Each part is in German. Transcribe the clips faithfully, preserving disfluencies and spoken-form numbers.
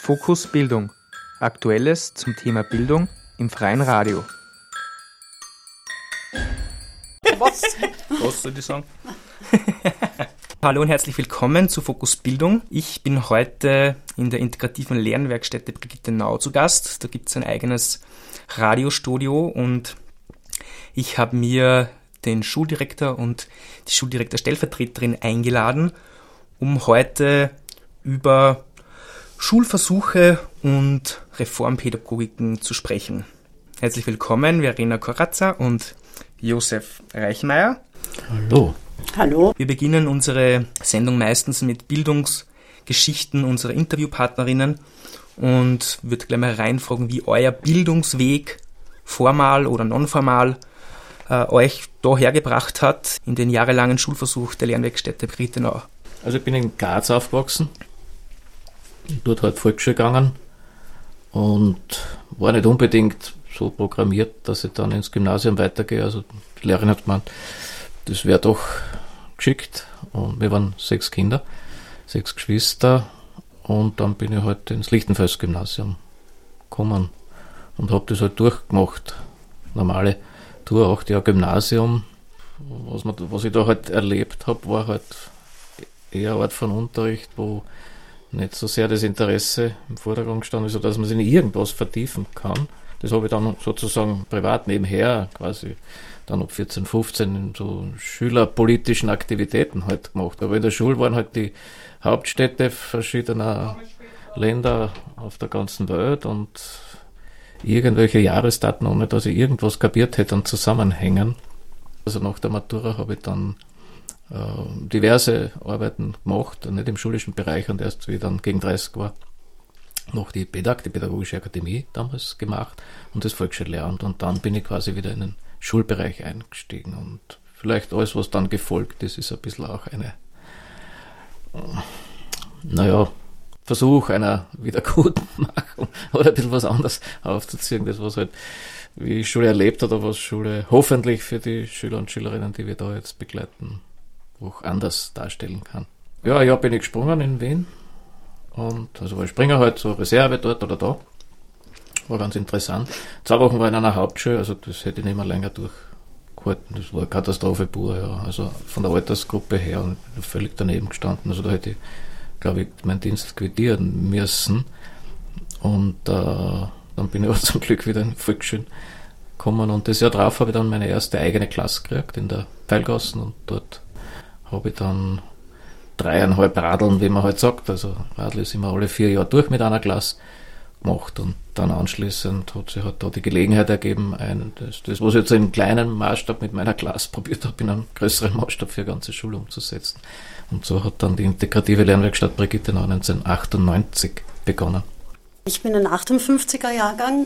Fokus Bildung. Aktuelles zum Thema Bildung im freien Radio. Was? Was soll ich sagen? Hallo und herzlich willkommen zu Fokus Bildung. Ich bin heute in der integrativen Lernwerkstätte Brigitte Nau zu Gast. Da gibt es ein eigenes Radiostudio und ich habe mir den Schuldirektor und die Schuldirektor-Stellvertreterin eingeladen, um heute über Schulversuche und Reformpädagogiken zu sprechen. Herzlich willkommen, Verena Corazza und Josef Reichmeier. Hallo. Hallo. Wir beginnen unsere Sendung meistens mit Bildungsgeschichten unserer Interviewpartnerinnen und würde gleich mal reinfragen, wie euer Bildungsweg formal oder nonformal äh, euch da hergebracht hat in den jahrelangen Schulversuch der Lernwerkstätte Brigitte Nau. Also ich bin in Graz aufgewachsen, dort halt Volksschule gegangen und war nicht unbedingt so programmiert, dass ich dann ins Gymnasium weitergehe. Also die Lehrerin hat gemeint, das wäre doch geschickt. Und wir waren sechs Kinder, sechs Geschwister. Und dann bin ich halt ins Lichtenfels-Gymnasium gekommen und habe das halt durchgemacht. Normale Tour, acht Jahre Gymnasium. Was, man, was ich da halt erlebt habe, war halt eher eine Art von Unterricht, wo nicht so sehr das Interesse im Vordergrund gestanden ist, dass man sich in irgendwas vertiefen kann. Das habe ich dann sozusagen privat nebenher quasi dann ab vierzehn, fünfzehn in so schülerpolitischen Aktivitäten halt gemacht. Aber in der Schule waren halt die Hauptstädte verschiedener Länder auf der ganzen Welt und irgendwelche Jahresdaten, ohne dass ich irgendwas kapiert hätte an Zusammenhängen. Also nach der Matura habe ich dann äh, diverse Arbeiten gemacht, nicht im schulischen Bereich, und erst wie ich dann gegen dreißig war, noch die PäDAG, die Pädagogische Akademie damals gemacht und das Volksschullehramt, und dann bin ich quasi wieder in den Schulbereich eingestiegen und vielleicht alles, was dann gefolgt ist, ist ein bisschen auch eine, naja, Versuch einer Wiedergutmachung oder ein bisschen was anderes aufzuziehen, das was halt, wie Schule erlebt hat, oder was Schule hoffentlich für die Schüler und Schülerinnen, die wir da jetzt begleiten, auch anders darstellen kann. Ja, ja, bin ich gesprungen in Wien. Und also war ich Springer halt, so Reserve dort oder da. War ganz interessant. Zwei Wochen war ich in einer Hauptschule, also das hätte ich nicht mehr länger durchgehalten. Das war eine Katastrophe pur, ja. Also von der Altersgruppe her und völlig daneben gestanden. Also da hätte ich, glaube ich, meinen Dienst quittieren müssen. Und äh, dann bin ich auch zum Glück wieder in die Volksschule gekommen. Und das Jahr drauf habe ich dann meine erste eigene Klasse gekriegt in der Pfeilgassen, und dort habe ich dann dreieinhalb Radeln, wie man halt sagt, also Radl ist immer alle vier Jahre durch mit einer Klasse gemacht, und dann anschließend hat sich halt da die Gelegenheit ergeben, ein, das, das, was ich jetzt im kleinen Maßstab mit meiner Klasse probiert habe, in einem größeren Maßstab für eine ganze Schule umzusetzen. Und so hat dann die integrative Lernwerkstatt Brigitte Nau neunzehnhundertachtundneunzig begonnen. Ich bin ein achtundfünfziger Jahrgang.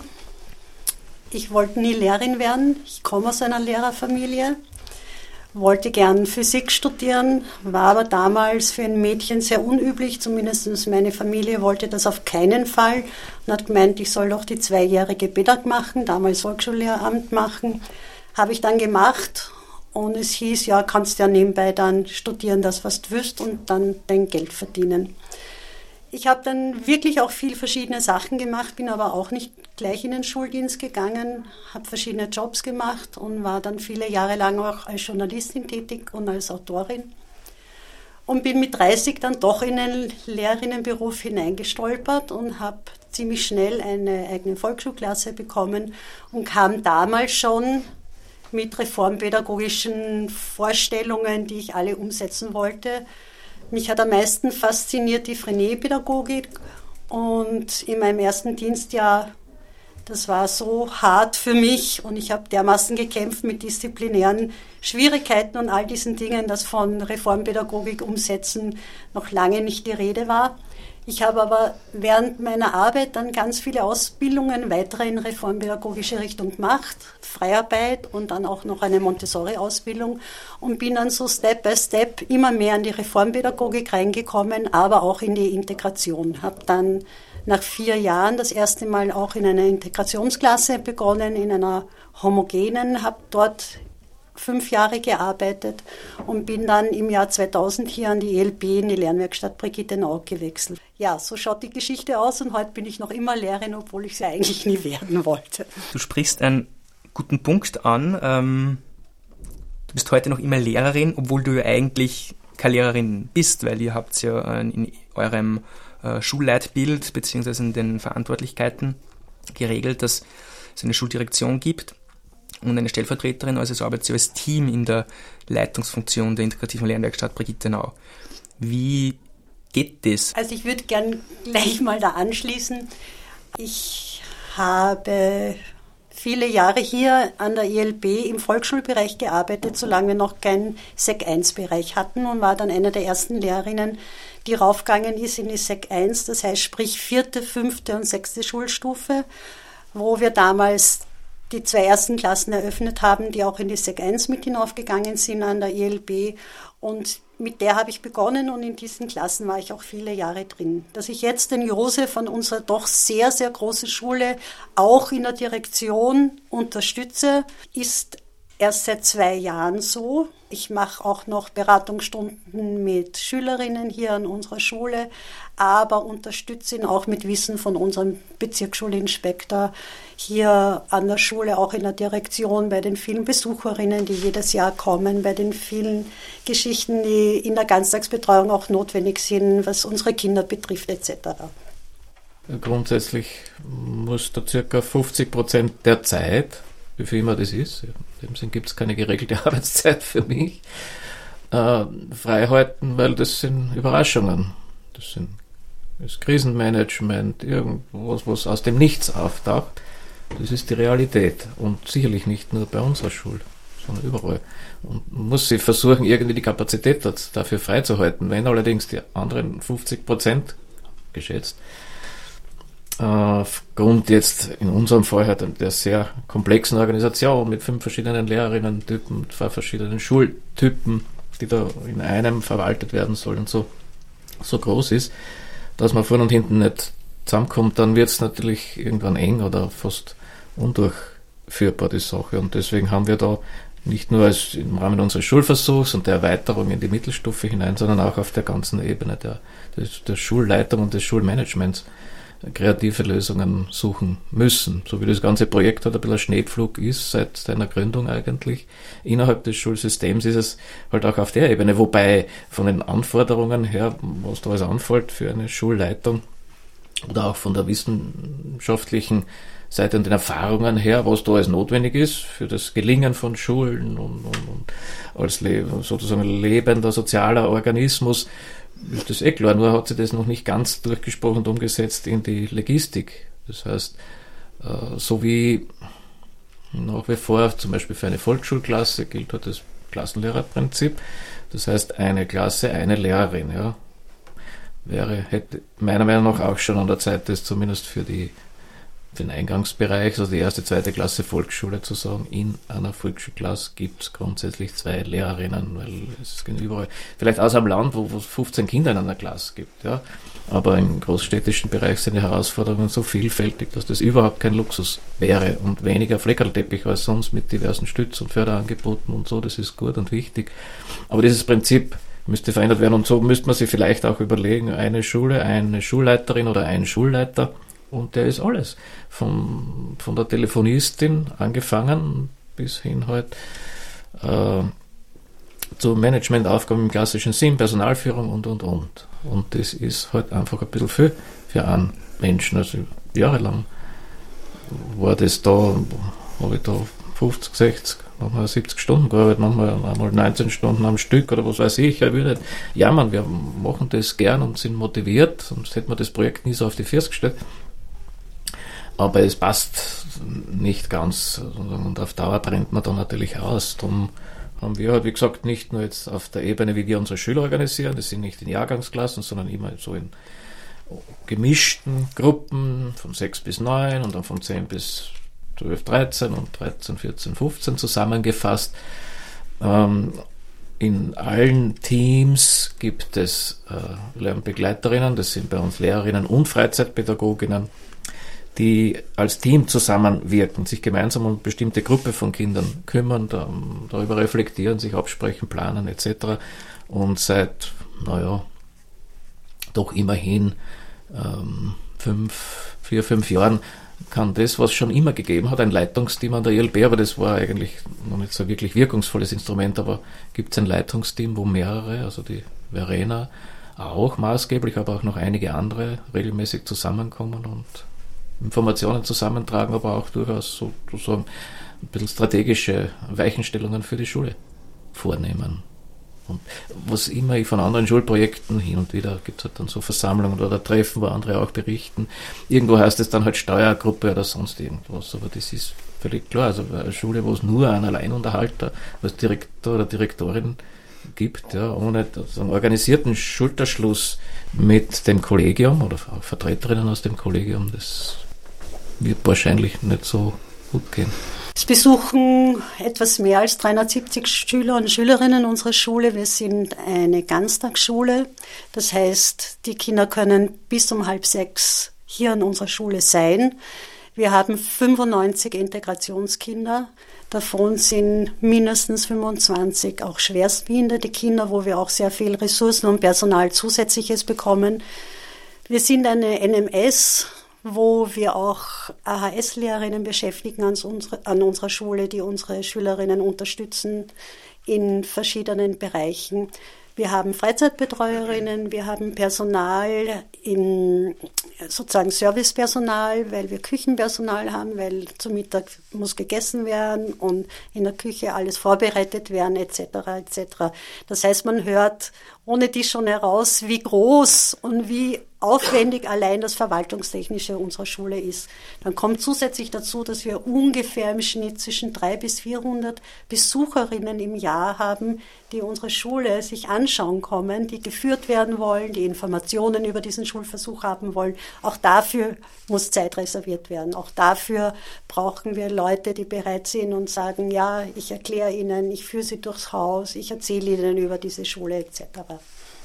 Ich wollte nie Lehrerin werden. Ich komme aus einer Lehrerfamilie. Wollte gern Physik studieren, war aber damals für ein Mädchen sehr unüblich, zumindest meine Familie wollte das auf keinen Fall und hat gemeint, ich soll doch die zweijährige PäDAG machen, damals Volksschullehramt machen. Habe ich dann gemacht und es hieß, ja, kannst ja nebenbei dann studieren, das was du willst, und dann dein Geld verdienen. Ich habe dann wirklich auch viel verschiedene Sachen gemacht, bin aber auch nicht gleich in den Schuldienst gegangen, habe verschiedene Jobs gemacht und war dann viele Jahre lang auch als Journalistin tätig und als Autorin. Und bin mit dreißig dann doch in den Lehrerinnenberuf hineingestolpert und habe ziemlich schnell eine eigene Volksschulklasse bekommen und kam damals schon mit reformpädagogischen Vorstellungen, die ich alle umsetzen wollte. Mich hat am meisten fasziniert die Frenet-Pädagogik, und in meinem ersten Dienstjahr, das war so hart für mich und ich habe dermaßen gekämpft mit disziplinären Schwierigkeiten und all diesen Dingen, dass von Reformpädagogik umsetzen noch lange nicht die Rede war. Ich habe aber während meiner Arbeit dann ganz viele Ausbildungen weitere in reformpädagogische Richtung gemacht, Freiarbeit und dann auch noch eine Montessori-Ausbildung, und bin dann so Step by Step immer mehr in die Reformpädagogik reingekommen, aber auch in die Integration. Habe dann nach vier Jahren das erste Mal auch in einer Integrationsklasse begonnen, in einer homogenen, habe dort fünf Jahre gearbeitet und bin dann im Jahr zweitausend hier an die E L B in die Lernwerkstatt Brigittenau gewechselt. Ja, so schaut die Geschichte aus und heute bin ich noch immer Lehrerin, obwohl ich sie eigentlich nie werden wollte. Du sprichst einen guten Punkt an. Ähm, du bist heute noch immer Lehrerin, obwohl du ja eigentlich keine Lehrerin bist, weil ihr habt ja in eurem äh, Schulleitbild bzw. in den Verantwortlichkeiten geregelt, dass es eine Schuldirektion gibt und eine Stellvertreterin, also es arbeitet sie als Team in der Leitungsfunktion der integrativen Lernwerkstatt Brigittenau. Wie geht das? Also ich würde gern gleich mal da anschließen. Ich habe viele Jahre hier an der E L B im Volksschulbereich gearbeitet, solange wir noch keinen Sek eins Bereich hatten und war dann eine der ersten Lehrerinnen, die raufgegangen ist in die Sek eins, das heißt sprich vierte, fünfte und sechste Schulstufe, wo wir damals die zwei ersten Klassen eröffnet haben, die auch in die Sek eins mit hinaufgegangen sind an der E L B. Und mit der habe ich begonnen und in diesen Klassen war ich auch viele Jahre drin. Dass ich jetzt den Josef von unserer doch sehr, sehr großen Schule auch in der Direktion unterstütze, ist erst seit zwei Jahren so. Ich mache auch noch Beratungsstunden mit Schülerinnen hier an unserer Schule, aber unterstütze ihn auch mit Wissen von unserem Bezirksschulinspektor hier an der Schule, auch in der Direktion, bei den vielen Besucherinnen, die jedes Jahr kommen, bei den vielen Geschichten, die in der Ganztagsbetreuung auch notwendig sind, was unsere Kinder betrifft et cetera. Grundsätzlich muss da circa fünfzig Prozent der Zeit, wie viel immer das ist, in dem Sinn gibt es keine geregelte Arbeitszeit für mich, äh, frei halten, weil das sind Überraschungen. Das sind das Krisenmanagement, irgendwas, was aus dem Nichts auftaucht. Das ist die Realität und sicherlich nicht nur bei unserer Schule, sondern überall. Und man muss sich versuchen, irgendwie die Kapazität dafür freizuhalten. Wenn allerdings die anderen fünfzig Prozent, geschätzt, aufgrund jetzt in unserem Fall halt der sehr komplexen Organisation mit fünf verschiedenen Lehrerinnen-Typen, zwei verschiedenen Schultypen, die da in einem verwaltet werden sollen, so, so groß ist, dass man vorne und hinten nicht zusammenkommt, dann wird es natürlich irgendwann eng oder fast undurchführbar, die Sache. Und deswegen haben wir da nicht nur als im Rahmen unseres Schulversuchs und der Erweiterung in die Mittelstufe hinein, sondern auch auf der ganzen Ebene der, der, der Schulleitung und des Schulmanagements kreative Lösungen suchen müssen. So wie das ganze Projekt halt ein bisschen ein Schneepflug ist, seit seiner Gründung eigentlich. Innerhalb des Schulsystems ist es halt auch auf der Ebene, wobei von den Anforderungen her, was da alles anfällt für eine Schulleitung oder auch von der wissenschaftlichen Seite und den Erfahrungen her, was da alles notwendig ist für das Gelingen von Schulen und, und, und als le- sozusagen lebender sozialer Organismus, ist das eh klar, nur hat sich das noch nicht ganz durchgesprochen und umgesetzt in die Logistik. Das heißt, so wie nach wie vor zum Beispiel für eine Volksschulklasse gilt halt das Klassenlehrerprinzip. Das heißt, eine Klasse, eine Lehrerin, ja, wäre, hätte meiner Meinung nach auch schon an der Zeit, das zumindest für die für den Eingangsbereich, also die erste, zweite Klasse Volksschule zu sagen, in einer Volksschulklasse gibt es grundsätzlich zwei Lehrerinnen, weil es gibt überall, vielleicht außer am Land, wo es fünfzehn Kinder in einer Klasse gibt, ja. Aber im großstädtischen Bereich sind die Herausforderungen so vielfältig, dass das überhaupt kein Luxus wäre und weniger Fleckerlteppich als sonst mit diversen Stütz- und Förderangeboten und so, das ist gut und wichtig. Aber dieses Prinzip müsste verändert werden und so müsste man sich vielleicht auch überlegen, eine Schule, eine Schulleiterin oder ein Schulleiter, und der ist alles. Von, von der Telefonistin angefangen bis hin halt äh, zu Managementaufgaben im klassischen Sinn, Personalführung und, und, und. Und das ist halt einfach ein bisschen viel für einen Menschen. Also jahrelang war das da, habe ich da fünfzig, sechzig, manchmal siebzig Stunden gearbeitet, manchmal einmal neunzehn Stunden am Stück oder was weiß ich. Ich würde nicht jammern, wir machen das gern und sind motiviert, sonst hätten wir das Projekt nie so auf die Füße gestellt. Aber es passt nicht ganz und auf Dauer brennt man dann natürlich aus. Darum haben wir halt, wie gesagt, nicht nur jetzt auf der Ebene, wie wir unsere Schüler organisieren, das sind nicht in Jahrgangsklassen, sondern immer so in gemischten Gruppen von sechs bis neun und dann von zehn bis zwölf, dreizehn und dreizehn, vierzehn, fünfzehn zusammengefasst. Ähm, in allen Teams gibt es äh, Lernbegleiterinnen, das sind bei uns Lehrerinnen und Freizeitpädagoginnen, die als Team zusammenwirken, sich gemeinsam um eine bestimmte Gruppe von Kindern kümmern, darüber reflektieren, sich absprechen, planen et cetera. Und seit, naja, doch immerhin ähm, fünf, vier, fünf Jahren kann das, was schon immer gegeben hat, ein Leitungsteam an der I L B, aber das war eigentlich noch nicht so ein wirklich wirkungsvolles Instrument, aber gibt es ein Leitungsteam, wo mehrere, also die Verena auch maßgeblich, aber auch noch einige andere regelmäßig zusammenkommen und Informationen zusammentragen, aber auch durchaus sozusagen ein bisschen strategische Weichenstellungen für die Schule vornehmen. Und was immer ich von anderen Schulprojekten hin und wieder gibt es halt dann so Versammlungen oder Treffen, wo andere auch berichten. Irgendwo heißt es dann halt Steuergruppe oder sonst irgendwas, aber das ist völlig klar. Also eine Schule, wo es nur einen Alleinunterhalter als Direktor oder Direktorin gibt, ja, ohne so einen organisierten Schulterschluss mit dem Kollegium oder auch Vertreterinnen aus dem Kollegium, das wird wahrscheinlich nicht so gut gehen. Es besuchen etwas mehr als dreihundertsiebzig Schüler und Schülerinnen unsere Schule. Wir sind eine Ganztagsschule. Das heißt, die Kinder können bis um halb sechs hier an unserer Schule sein. Wir haben fünfundneunzig Integrationskinder. Davon sind mindestens fünfundzwanzig auch schwerstbehinderte Kinder, wo wir auch sehr viel Ressourcen und Personal Zusätzliches bekommen. Wir sind eine N M S, wo wir auch A H S-Lehrerinnen beschäftigen an, unsere, an unserer Schule, die unsere Schülerinnen unterstützen in verschiedenen Bereichen. Wir haben Freizeitbetreuerinnen, wir haben Personal, in, sozusagen Servicepersonal, weil wir Küchenpersonal haben, weil zu Mittag muss gegessen werden und in der Küche alles vorbereitet werden et cetera et cetera. Das heißt, man hört ohne die schon heraus, wie groß und wie aufwendig allein das Verwaltungstechnische unserer Schule ist. Dann kommt zusätzlich dazu, dass wir ungefähr im Schnitt zwischen dreihundert bis vierhundert Besucherinnen im Jahr haben, die unsere Schule sich anschauen kommen, die geführt werden wollen, die Informationen über diesen Schulversuch haben wollen. Auch dafür muss Zeit reserviert werden. Auch dafür brauchen wir Leute, die bereit sind und sagen, ja, ich erkläre Ihnen, ich führe Sie durchs Haus, ich erzähle Ihnen über diese Schule et cetera.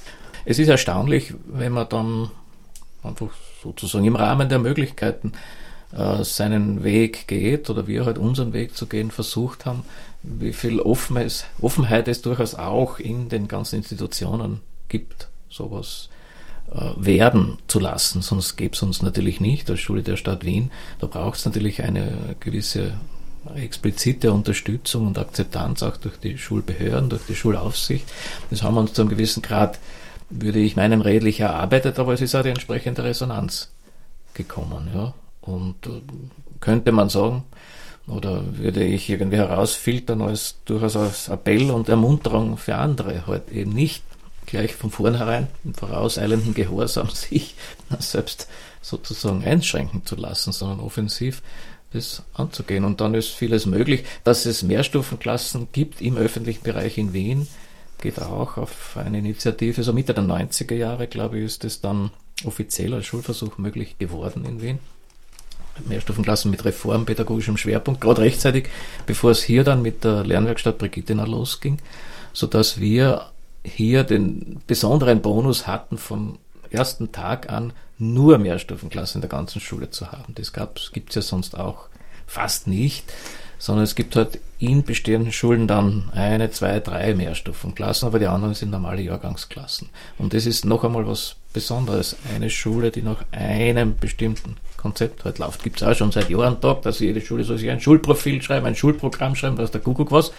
Es ist erstaunlich, wenn man dann einfach sozusagen im Rahmen der Möglichkeiten äh, seinen Weg geht oder wir halt unseren Weg zu gehen versucht haben, wie viel Offenes, Offenheit es durchaus auch in den ganzen Institutionen gibt, sowas äh, werden zu lassen. Sonst gäbe es uns natürlich nicht als Schule der Stadt Wien. Da braucht es natürlich eine gewisse explizite Unterstützung und Akzeptanz auch durch die Schulbehörden, durch die Schulaufsicht. Das haben wir uns zu einem gewissen Grad, würde ich meinen, redlich erarbeitet, aber es ist auch die entsprechende Resonanz gekommen. Ja. Und äh, könnte man sagen, oder würde ich irgendwie herausfiltern als durchaus als Appell und Ermunterung für andere, halt eben nicht gleich von vornherein im vorauseilenden Gehorsam sich selbst sozusagen einschränken zu lassen, sondern offensiv das anzugehen. Und dann ist vieles möglich. Dass es Mehrstufenklassen gibt im öffentlichen Bereich in Wien, geht auch auf eine Initiative. So Mitte der neunziger Jahre, glaube ich, ist es dann offiziell als Schulversuch möglich geworden in Wien. Mehrstufenklassen mit reformpädagogischem Schwerpunkt, gerade rechtzeitig, bevor es hier dann mit der Lernwerkstatt Brigittina losging, sodass wir hier den besonderen Bonus hatten, vom ersten Tag an nur Mehrstufenklassen in der ganzen Schule zu haben. Das gibt es ja sonst auch fast nicht, sondern es gibt halt in bestehenden Schulen dann eine, zwei, drei Mehrstufenklassen, aber die anderen sind normale Jahrgangsklassen. Und das ist noch einmal was Besonderes. Eine Schule, die nach einem bestimmten Konzept halt läuft. Gibt es auch schon seit Jahren Tag, dass jede Schule soll sich ein Schulprofil schreiben, ein Schulprogramm schreiben, da ist der Kuckuck was.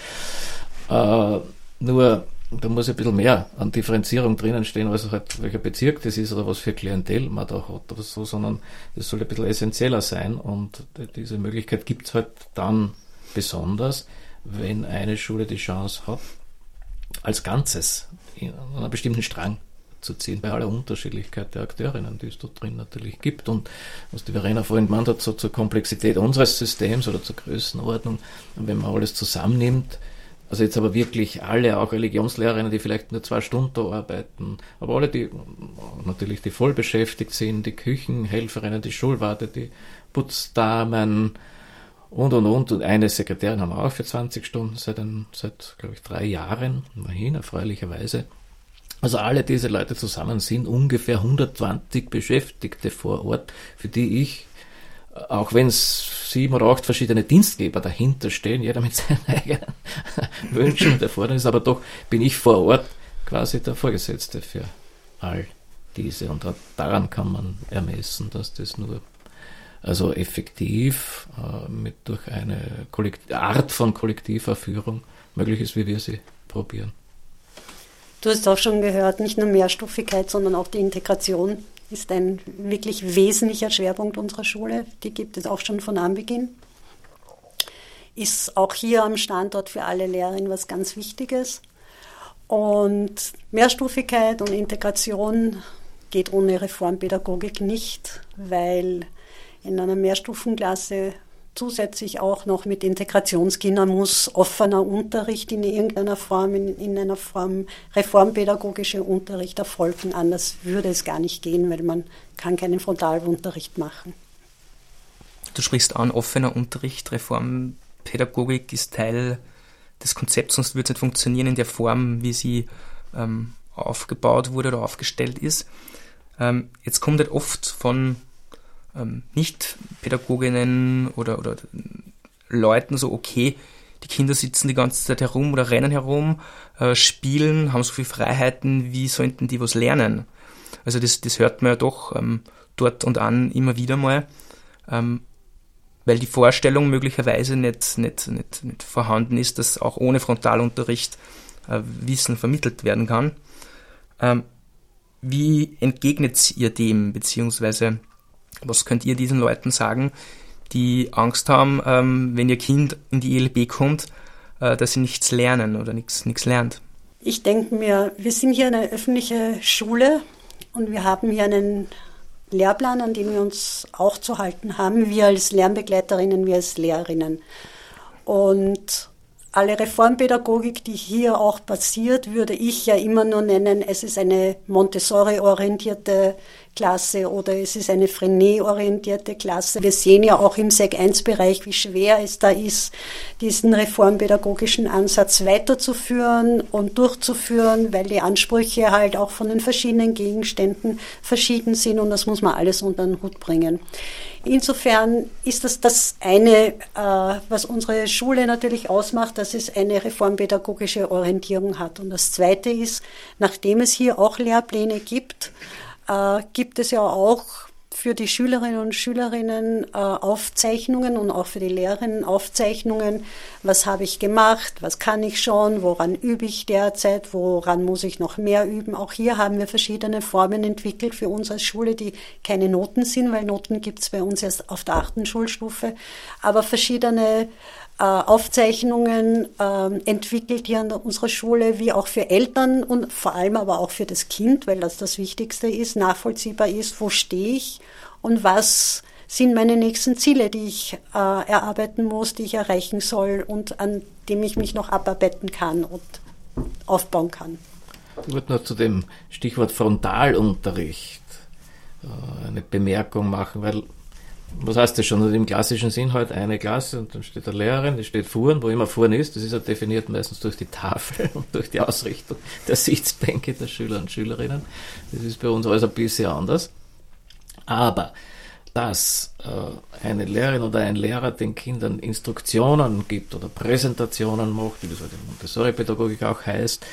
Äh, nur da muss ein bisschen mehr an Differenzierung drinnen stehen, also halt welcher Bezirk das ist oder was für Klientel man da hat oder so, sondern das soll ein bisschen essentieller sein und diese Möglichkeit gibt es halt dann besonders, wenn eine Schule die Chance hat, als Ganzes in einer bestimmten Strang zu ziehen, bei aller Unterschiedlichkeit der Akteurinnen, die es dort drin natürlich gibt. Und was die Verena vorhin gemeint hat, so zur Komplexität unseres Systems oder zur Größenordnung, und wenn man alles zusammennimmt, also jetzt aber wirklich alle, auch Religionslehrerinnen, die vielleicht nur zwei Stunden da arbeiten, aber alle, die natürlich die voll beschäftigt sind, die Küchenhelferinnen, die Schulwarte, die Putzdamen und, und, und. Und eine Sekretärin haben wir auch für zwanzig Stunden seit, ein, seit glaube ich, drei Jahren, immerhin, erfreulicherweise. Also alle diese Leute zusammen sind ungefähr hundertzwanzig Beschäftigte vor Ort, für die ich auch wenn es sieben oder acht verschiedene Dienstgeber dahinter stehen, jeder mit seinen eigenen Wünschen und Erfordernissen, aber doch bin ich vor Ort quasi der Vorgesetzte für all diese. Und daran kann man ermessen, dass das nur also effektiv äh, mit durch eine Kollekt- Art von kollektiver Führung möglich ist, wie wir sie probieren. Du hast auch schon gehört, nicht nur Mehrstufigkeit, sondern auch die Integration ist ein wirklich wesentlicher Schwerpunkt unserer Schule. Die gibt es auch schon von Anbeginn. Ist auch hier am Standort für alle Lehrerinnen was ganz Wichtiges. Und Mehrstufigkeit und Integration geht ohne Reformpädagogik nicht, weil in einer Mehrstufenklasse zusätzlich auch noch mit Integrationskindern muss offener Unterricht in irgendeiner Form, in, in einer Form reformpädagogischer Unterricht erfolgen. Anders würde es gar nicht gehen, weil man kann keinen Frontalunterricht machen. Du sprichst an, offener Unterricht, Reformpädagogik ist Teil des Konzepts, sonst würde es nicht funktionieren in der Form, wie sie ähm, aufgebaut wurde oder aufgestellt ist. Ähm, jetzt kommt halt oft von ähm, Nicht-Pädagoginnen oder, oder Leuten so, okay, die Kinder sitzen die ganze Zeit herum oder rennen herum, äh, spielen, haben so viele Freiheiten, wie sollten die was lernen? Also das, das hört man ja doch ähm, dort und an immer wieder mal, ähm, weil die Vorstellung möglicherweise nicht, nicht, nicht, nicht vorhanden ist, dass auch ohne Frontalunterricht äh, Wissen vermittelt werden kann. Ähm, wie entgegnet ihr dem, beziehungsweise was könnt ihr diesen Leuten sagen, die Angst haben, ähm, wenn ihr Kind in die E L B kommt, äh, dass sie nichts lernen oder nichts, nichts lernt? Ich denke mir, wir sind hier eine öffentliche Schule und wir haben hier einen Lehrplan, an dem wir uns auch zu halten haben, wir als Lernbegleiterinnen, wir als Lehrerinnen. Und alle Reformpädagogik, die hier auch passiert, würde ich ja immer nur nennen, es ist eine Montessori-orientierte Klasse oder es ist eine Frenet-orientierte Klasse. Wir sehen ja auch im Sek eins Bereich, wie schwer es da ist, diesen reformpädagogischen Ansatz weiterzuführen und durchzuführen, weil die Ansprüche halt auch von den verschiedenen Gegenständen verschieden sind und das muss man alles unter den Hut bringen. Insofern ist das das eine, äh, was unsere Schule natürlich ausmacht, dass es eine reformpädagogische Orientierung hat. Und das Zweite ist, nachdem es hier auch Lehrpläne gibt, äh, gibt es ja auch für die Schülerinnen und Schülerinnen äh, Aufzeichnungen und auch für die Lehrerinnen Aufzeichnungen, was habe ich gemacht, was kann ich schon, woran übe ich derzeit, woran muss ich noch mehr üben. Auch hier haben wir verschiedene Formen entwickelt für uns als Schule, die keine Noten sind, weil Noten gibt es bei uns erst auf der achten Schulstufe, aber verschiedene äh, Aufzeichnungen äh, entwickelt hier an unserer Schule, wie auch für Eltern und vor allem aber auch für das Kind, weil das das Wichtigste ist, nachvollziehbar ist, wo stehe ich und was sind meine nächsten Ziele, die ich äh, erarbeiten muss, die ich erreichen soll und an dem ich mich noch abarbeiten kann und aufbauen kann. Ich wollte noch zu dem Stichwort Frontalunterricht äh, eine Bemerkung machen, weil was heißt das schon? Im klassischen Sinn halt eine Klasse und dann steht eine Lehrerin, die steht vorn, wo immer vorn ist. Das ist ja definiert meistens durch die Tafel und durch die Ausrichtung der Sitzbänke der Schüler und Schülerinnen. Das ist bei uns alles ein bisschen anders. Aber dass äh, eine Lehrerin oder ein Lehrer den Kindern Instruktionen gibt oder Präsentationen macht, wie das halt in Montessori-Pädagogik auch heißt,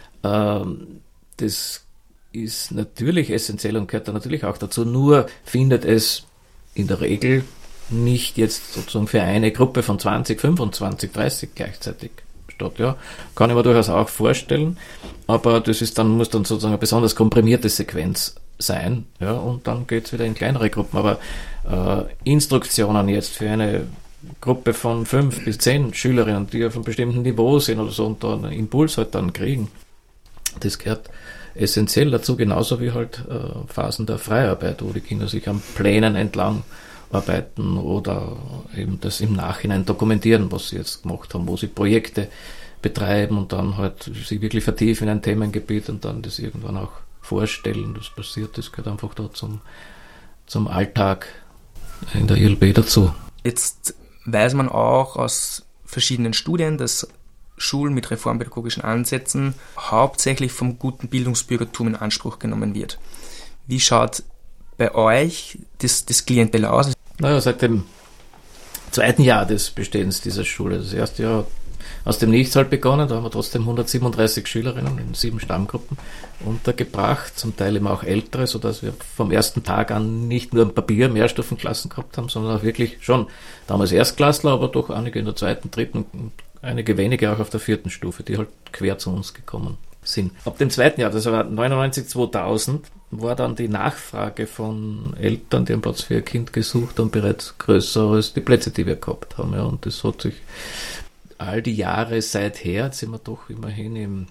ähm, das ist natürlich essentiell und gehört da natürlich auch dazu. Nur findet es in der Regel nicht jetzt sozusagen für eine Gruppe von zwanzig, fünfundzwanzig, dreißig gleichzeitig statt. Ja, kann ich mir durchaus auch vorstellen, aber das ist dann, muss dann sozusagen eine besonders komprimierte Sequenz sein, ja, und dann geht es wieder in kleinere Gruppen. Aber äh, Instruktionen jetzt für eine Gruppe von fünf bis zehn Schülerinnen, die auf einem bestimmten Niveau sind oder so und da einen Impuls halt dann kriegen, das gehört essentiell dazu, genauso wie halt äh, Phasen der Freiarbeit, wo die Kinder sich an Plänen entlang arbeiten oder eben das im Nachhinein dokumentieren, was sie jetzt gemacht haben, wo sie Projekte betreiben und dann halt sich wirklich vertiefen in ein Themengebiet und dann das irgendwann auch vorstellen. Das passiert, das gehört einfach da zum, zum Alltag in der E L B dazu. Jetzt weiß man auch aus verschiedenen Studien, dass Schulen mit reformpädagogischen Ansätzen hauptsächlich vom guten Bildungsbürgertum in Anspruch genommen wird. Wie schaut bei euch das, das Klientel aus? Naja, seit dem zweiten Jahr des Bestehens dieser Schule. Das erste Jahr aus dem Nichts halt begonnen, da haben wir trotzdem hundertsiebenunddreißig Schülerinnen in sieben Stammgruppen untergebracht, zum Teil eben auch ältere, sodass wir vom ersten Tag an nicht nur am Papier Mehrstufenklassen gehabt haben, sondern auch wirklich schon damals Erstklässler, aber doch einige in der zweiten, dritten und einige wenige auch auf der vierten Stufe, die halt quer zu uns gekommen sind. Ab dem zweiten Jahr, das war neunundneunzig, zweitausend, war dann die Nachfrage von Eltern, die einen Platz für ihr Kind gesucht haben, bereits größer als die Plätze, die wir gehabt haben. Ja, und das hat sich all die Jahre seither, jetzt sind wir doch immerhin im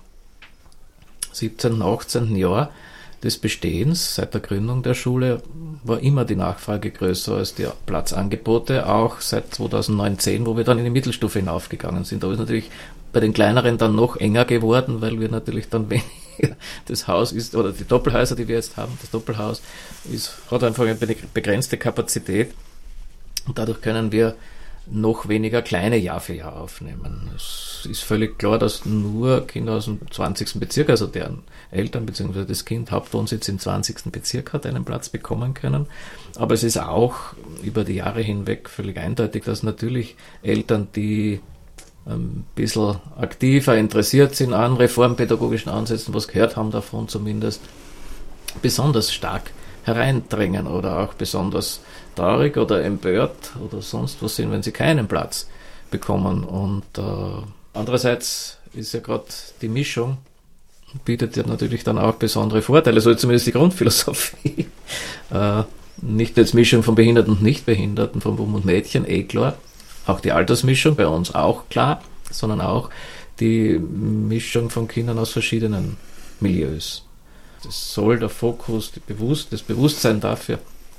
siebzehnten, achtzehnten Jahr des Bestehens, seit der Gründung der Schule, war immer die Nachfrage größer als die Platzangebote, auch seit zweitausendneun zehn, wo wir dann in die Mittelstufe hinaufgegangen sind. Da ist natürlich bei den kleineren dann noch enger geworden, weil wir natürlich dann weniger, das Haus ist, oder die Doppelhäuser, die wir jetzt haben, das Doppelhaus ist, hat einfach eine begrenzte Kapazität und dadurch können wir noch weniger kleine Jahr für Jahr aufnehmen. Es ist völlig klar, dass nur Kinder aus dem zwanzigsten Bezirk, also deren Eltern bzw. das Kind Hauptwohnsitz im zwanzigsten Bezirk hat, einen Platz bekommen können. Aber es ist auch über die Jahre hinweg völlig eindeutig, dass natürlich Eltern, die ein bisschen aktiver interessiert sind an reformpädagogischen Ansätzen, was gehört haben davon zumindest, besonders stark hereindrängen oder auch besonders traurig oder empört oder sonst was sind, wenn sie keinen Platz bekommen. Und äh, andererseits ist ja gerade die Mischung, bietet ja natürlich dann auch besondere Vorteile, so ist zumindest die Grundphilosophie. äh, nicht als Mischung von Behinderten und Nichtbehinderten, von Buben und Mädchen, eh klar. Auch die Altersmischung, bei uns auch klar, sondern auch die Mischung von Kindern aus verschiedenen Milieus. Das soll der Fokus, die Bewusst, das Bewusstsein dafür,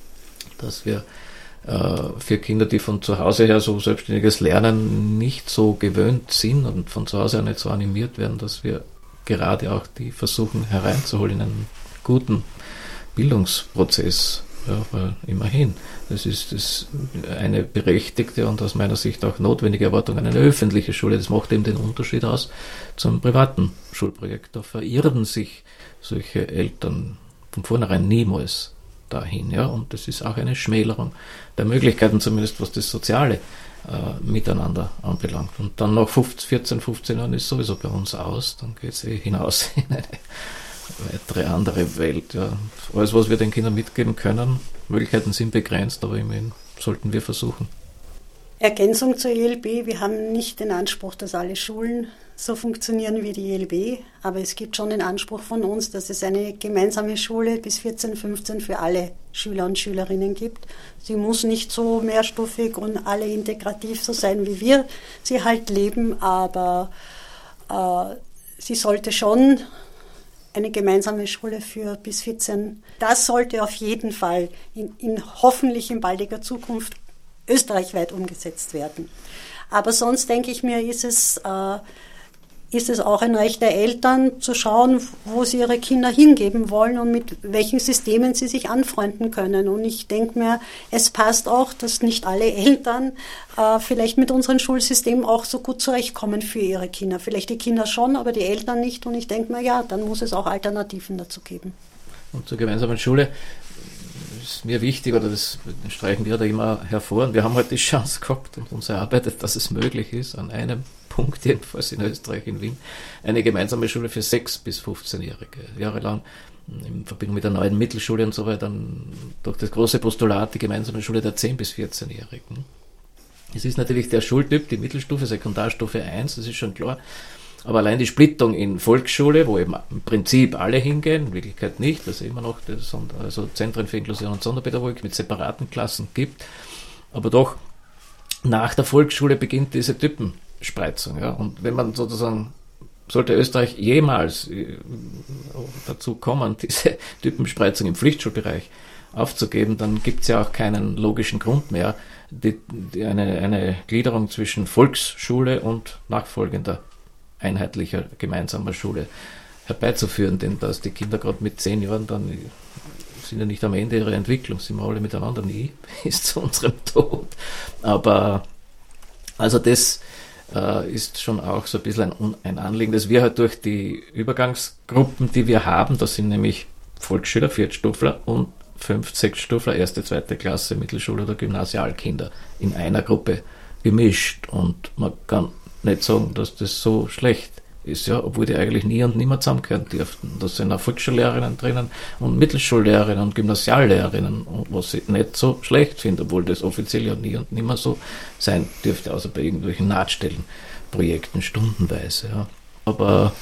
dass wir äh, für Kinder, die von zu Hause her so selbstständiges Lernen nicht so gewöhnt sind und von zu Hause her nicht so animiert werden, dass wir gerade auch die versuchen hereinzuholen in einen guten Bildungsprozess. Ja, weil immerhin, das ist das eine berechtigte und aus meiner Sicht auch notwendige Erwartung an eine öffentliche Schule. Das macht eben den Unterschied aus zum privaten Schulprojekt. Da verirren sich solche Eltern von vornherein niemals dahin. Ja? Und das ist auch eine Schmälerung der Möglichkeiten, zumindest was das soziale äh, Miteinander anbelangt. Und dann nach vierzehn, fünfzehn Jahren ist sowieso bei uns aus, dann geht es eh hinaus in eine weitere andere Welt. Ja. Alles, was wir den Kindern mitgeben können, Möglichkeiten sind begrenzt, aber immerhin sollten wir versuchen. Ergänzung zur E L B, wir haben nicht den Anspruch, dass alle Schulen so funktionieren wie die E L B, aber es gibt schon den Anspruch von uns, dass es eine gemeinsame Schule bis vierzehn, fünfzehn für alle Schüler und Schülerinnen gibt. Sie muss nicht so mehrstufig und alle integrativ so sein, wie wir sie halt leben, aber äh, sie sollte schon eine gemeinsame Schule für bis vierzehn. Das sollte auf jeden Fall in, in hoffentlich in baldiger Zukunft österreichweit umgesetzt werden. Aber sonst denke ich mir, ist es, äh, ist es auch ein Recht der Eltern zu schauen, wo sie ihre Kinder hingeben wollen und mit welchen Systemen sie sich anfreunden können. Und ich denke mir, es passt auch, dass nicht alle Eltern äh, vielleicht mit unserem Schulsystem auch so gut zurechtkommen für ihre Kinder. Vielleicht die Kinder schon, aber die Eltern nicht. Und ich denke mir, ja, dann muss es auch Alternativen dazu geben. Und zur gemeinsamen Schule ist mir wichtig, oder das streichen wir da immer hervor, und wir haben halt die Chance gehabt und uns erarbeitet, dass es möglich ist, an einem Punkt jedenfalls in Österreich, in Wien, eine gemeinsame Schule für sechs- bis fünfzehnjährige. Jahrelang in Verbindung mit der neuen Mittelschule und so weiter, dann durch das große Postulat die gemeinsame Schule der zehn- bis vierzehnjährigen. Es ist natürlich der Schultyp, die Mittelstufe, Sekundarstufe eins, das ist schon klar. Aber allein die Splittung in Volksschule, wo eben im Prinzip alle hingehen, in Wirklichkeit nicht, dass es immer noch das, also Zentren für Inklusion und Sonderpädagogik mit separaten Klassen gibt, aber doch nach der Volksschule beginnt diese Typenspreizung. Ja? Und wenn man sozusagen, sollte Österreich jemals dazu kommen, diese Typenspreizung im Pflichtschulbereich aufzugeben, dann gibt es ja auch keinen logischen Grund mehr, die, die eine, eine Gliederung zwischen Volksschule und nachfolgender einheitlicher gemeinsamer Schule herbeizuführen, denn dass die Kinder gerade mit zehn Jahren dann sind ja nicht am Ende ihrer Entwicklung, sind wir alle miteinander nie, bis zu unserem Tod. Aber also das äh, ist schon auch so ein bisschen ein, ein Anliegen, dass wir halt durch die Übergangsgruppen, die wir haben, das sind nämlich Volksschüler, Viertstufler und fünf, sechs Stufler, erste, zweite Klasse, Mittelschule oder Gymnasialkinder in einer Gruppe gemischt. Und man kann nicht sagen, dass das so schlecht ist, ja, obwohl die eigentlich nie und nimmer zusammengehören dürften. Da sind auch Volksschullehrerinnen drinnen und Mittelschullehrerinnen und Gymnasiallehrerinnen, was ich nicht so schlecht finde, obwohl das offiziell ja nie und nimmer so sein dürfte, außer bei irgendwelchen Nahtstellenprojekten stundenweise. Ja. Aber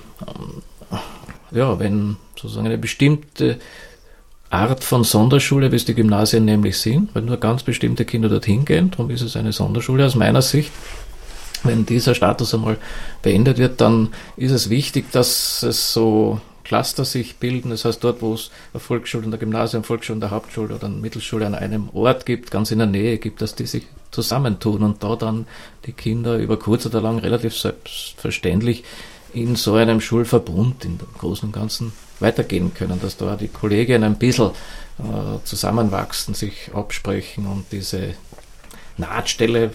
ähm, ja, wenn sozusagen eine bestimmte Art von Sonderschule, wie es die Gymnasien nämlich sind, weil nur ganz bestimmte Kinder dorthin gehen, darum ist es eine Sonderschule aus meiner Sicht. Wenn dieser Status einmal beendet wird, dann ist es wichtig, dass es so Cluster sich bilden. Das heißt, dort, wo es eine Volksschule und eine Gymnasium, eine Volksschule und eine Hauptschule oder eine Mittelschule an einem Ort gibt, ganz in der Nähe gibt, dass die sich zusammentun und da dann die Kinder über kurz oder lang relativ selbstverständlich in so einem Schulverbund im Großen und Ganzen weitergehen können, dass da die Kolleginnen ein bisschen äh, zusammenwachsen, sich absprechen und diese Nahtstelle,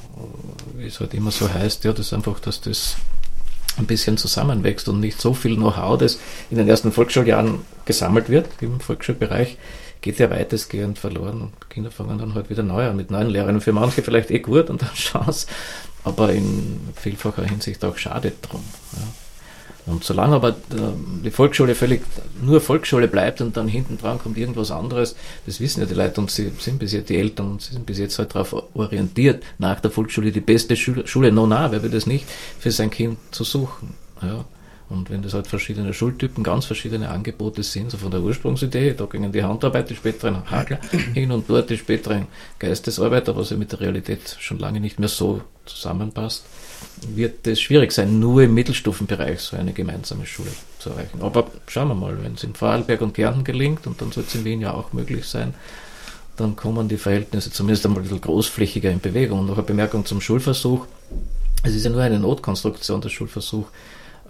wie es halt immer so heißt, ja, das ist einfach, dass das ein bisschen zusammenwächst und nicht so viel Know-how, das in den ersten Volksschuljahren gesammelt wird, im Volksschulbereich, geht ja weitestgehend verloren und Kinder fangen dann halt wieder neu an mit neuen Lehrern. Für manche vielleicht eh gut und eine Chance, aber in vielfacher Hinsicht auch schade drum. Ja. Und solange aber die Volksschule völlig nur Volksschule bleibt und dann hinten dran kommt irgendwas anderes, das wissen ja die Leute und sie sind bis jetzt die Eltern und sie sind bis jetzt halt darauf orientiert, nach der Volksschule die beste Schule, Schule no nah, wer will das nicht, für sein Kind zu suchen. Ja. Und wenn das halt verschiedene Schultypen, ganz verschiedene Angebote sind, so von der Ursprungsidee, da gingen die Handarbeit, die späteren Hagler hin und dort die späteren Geistesarbeiter, was ja mit der Realität schon lange nicht mehr so zusammenpasst, wird es schwierig sein, nur im Mittelstufenbereich so eine gemeinsame Schule zu erreichen. Aber schauen wir mal, wenn es in Vorarlberg und Kärnten gelingt, und dann soll es in Wien ja auch möglich sein, dann kommen die Verhältnisse zumindest einmal ein bisschen großflächiger in Bewegung. Und noch eine Bemerkung zum Schulversuch. Es ist ja nur eine Notkonstruktion, der Schulversuch. Äh,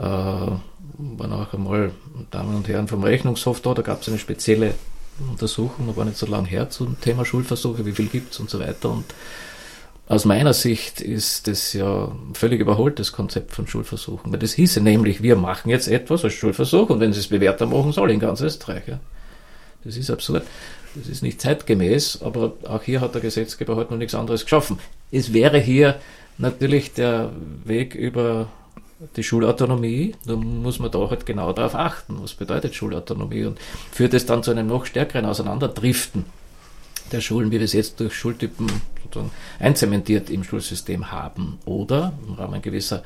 waren auch einmal Damen und Herren vom Rechnungshof da, da gab es eine spezielle Untersuchung, da war nicht so lange her zum Thema Schulversuche, wie viel gibt es und so weiter. Und aus meiner Sicht ist das ja ein völlig überholtes Konzept von Schulversuchen, weil das hieße nämlich, wir machen jetzt etwas als Schulversuch und wenn sie es bewährter machen soll, in ganz Österreich. Ja. Das ist absurd, das ist nicht zeitgemäß, aber auch hier hat der Gesetzgeber heute noch nichts anderes geschaffen. Es wäre hier natürlich der Weg über die Schulautonomie, da muss man da halt genau darauf achten, was bedeutet Schulautonomie und führt es dann zu einem noch stärkeren Auseinanderdriften der Schulen, wie wir es jetzt durch Schultypen sozusagen einzementiert im Schulsystem haben oder im Rahmen gewisser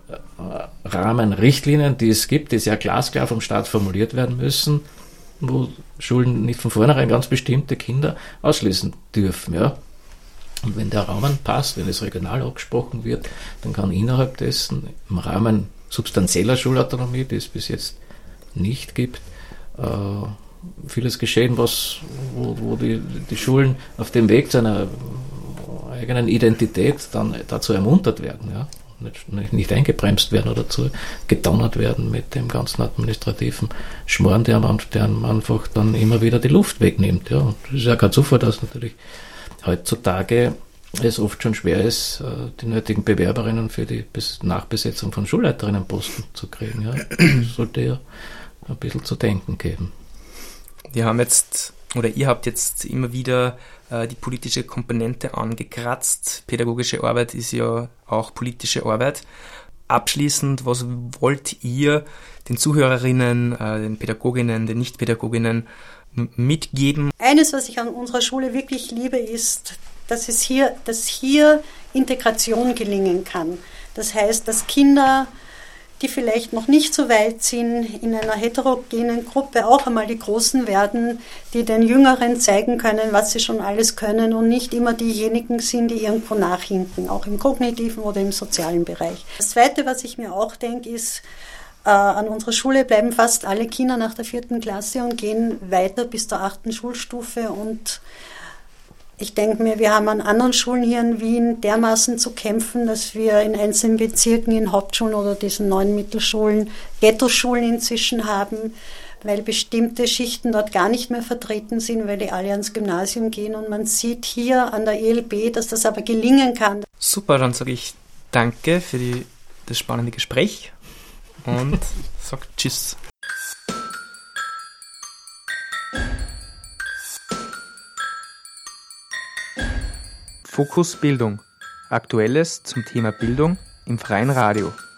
äh, Rahmenrichtlinien, die es gibt, die sehr glasklar vom Staat formuliert werden müssen, wo Schulen nicht von vornherein ganz bestimmte Kinder ausschließen dürfen, ja. Und wenn der Rahmen passt, wenn es regional abgesprochen wird, dann kann innerhalb dessen im Rahmen substanzieller Schulautonomie, die es bis jetzt nicht gibt, äh, vieles geschehen, was, wo, wo die, die Schulen auf dem Weg zu einer eigenen Identität dann dazu ermuntert werden, ja. Nicht, nicht eingebremst werden oder dazu gedonnert werden mit dem ganzen administrativen Schmoren, der, der einfach dann immer wieder die Luft wegnimmt. Ja. Und das ist ja kein Zufall, dass natürlich heutzutage es oft schon schwer ist, die nötigen Bewerberinnen für die Nachbesetzung von Schulleiterinnenposten zu kriegen. Ja. Das sollte ja ein bisschen zu denken geben. Wir haben jetzt, oder ihr habt jetzt immer wieder äh, die politische Komponente angekratzt. Pädagogische Arbeit ist ja auch politische Arbeit. Abschließend, was wollt ihr den Zuhörerinnen, äh, den Pädagoginnen, den Nichtpädagoginnen mitgeben? Eines, was ich an unserer Schule wirklich liebe, ist, dass es hier, dass hier Integration gelingen kann. Das heißt, dass Kinder, die vielleicht noch nicht so weit sind, in einer heterogenen Gruppe auch einmal die Großen werden, die den Jüngeren zeigen können, was sie schon alles können und nicht immer diejenigen sind, die irgendwo nachhinken, auch im kognitiven oder im sozialen Bereich. Das Zweite, was ich mir auch denke, ist, Äh, an unserer Schule bleiben fast alle Kinder nach der vierten Klasse und gehen weiter bis zur achten Schulstufe. Und ich denke mir, wir haben an anderen Schulen hier in Wien dermaßen zu kämpfen, dass wir in einzelnen Bezirken, in Hauptschulen oder diesen neuen Mittelschulen, Ghettoschulen inzwischen haben, weil bestimmte Schichten dort gar nicht mehr vertreten sind, weil die alle ans Gymnasium gehen. Und man sieht hier an der E L B, dass das aber gelingen kann. Super, dann sage ich danke für die, das spannende Gespräch. Und sagt Tschüss. Fokus Bildung. Aktuelles zum Thema Bildung im freien Radio.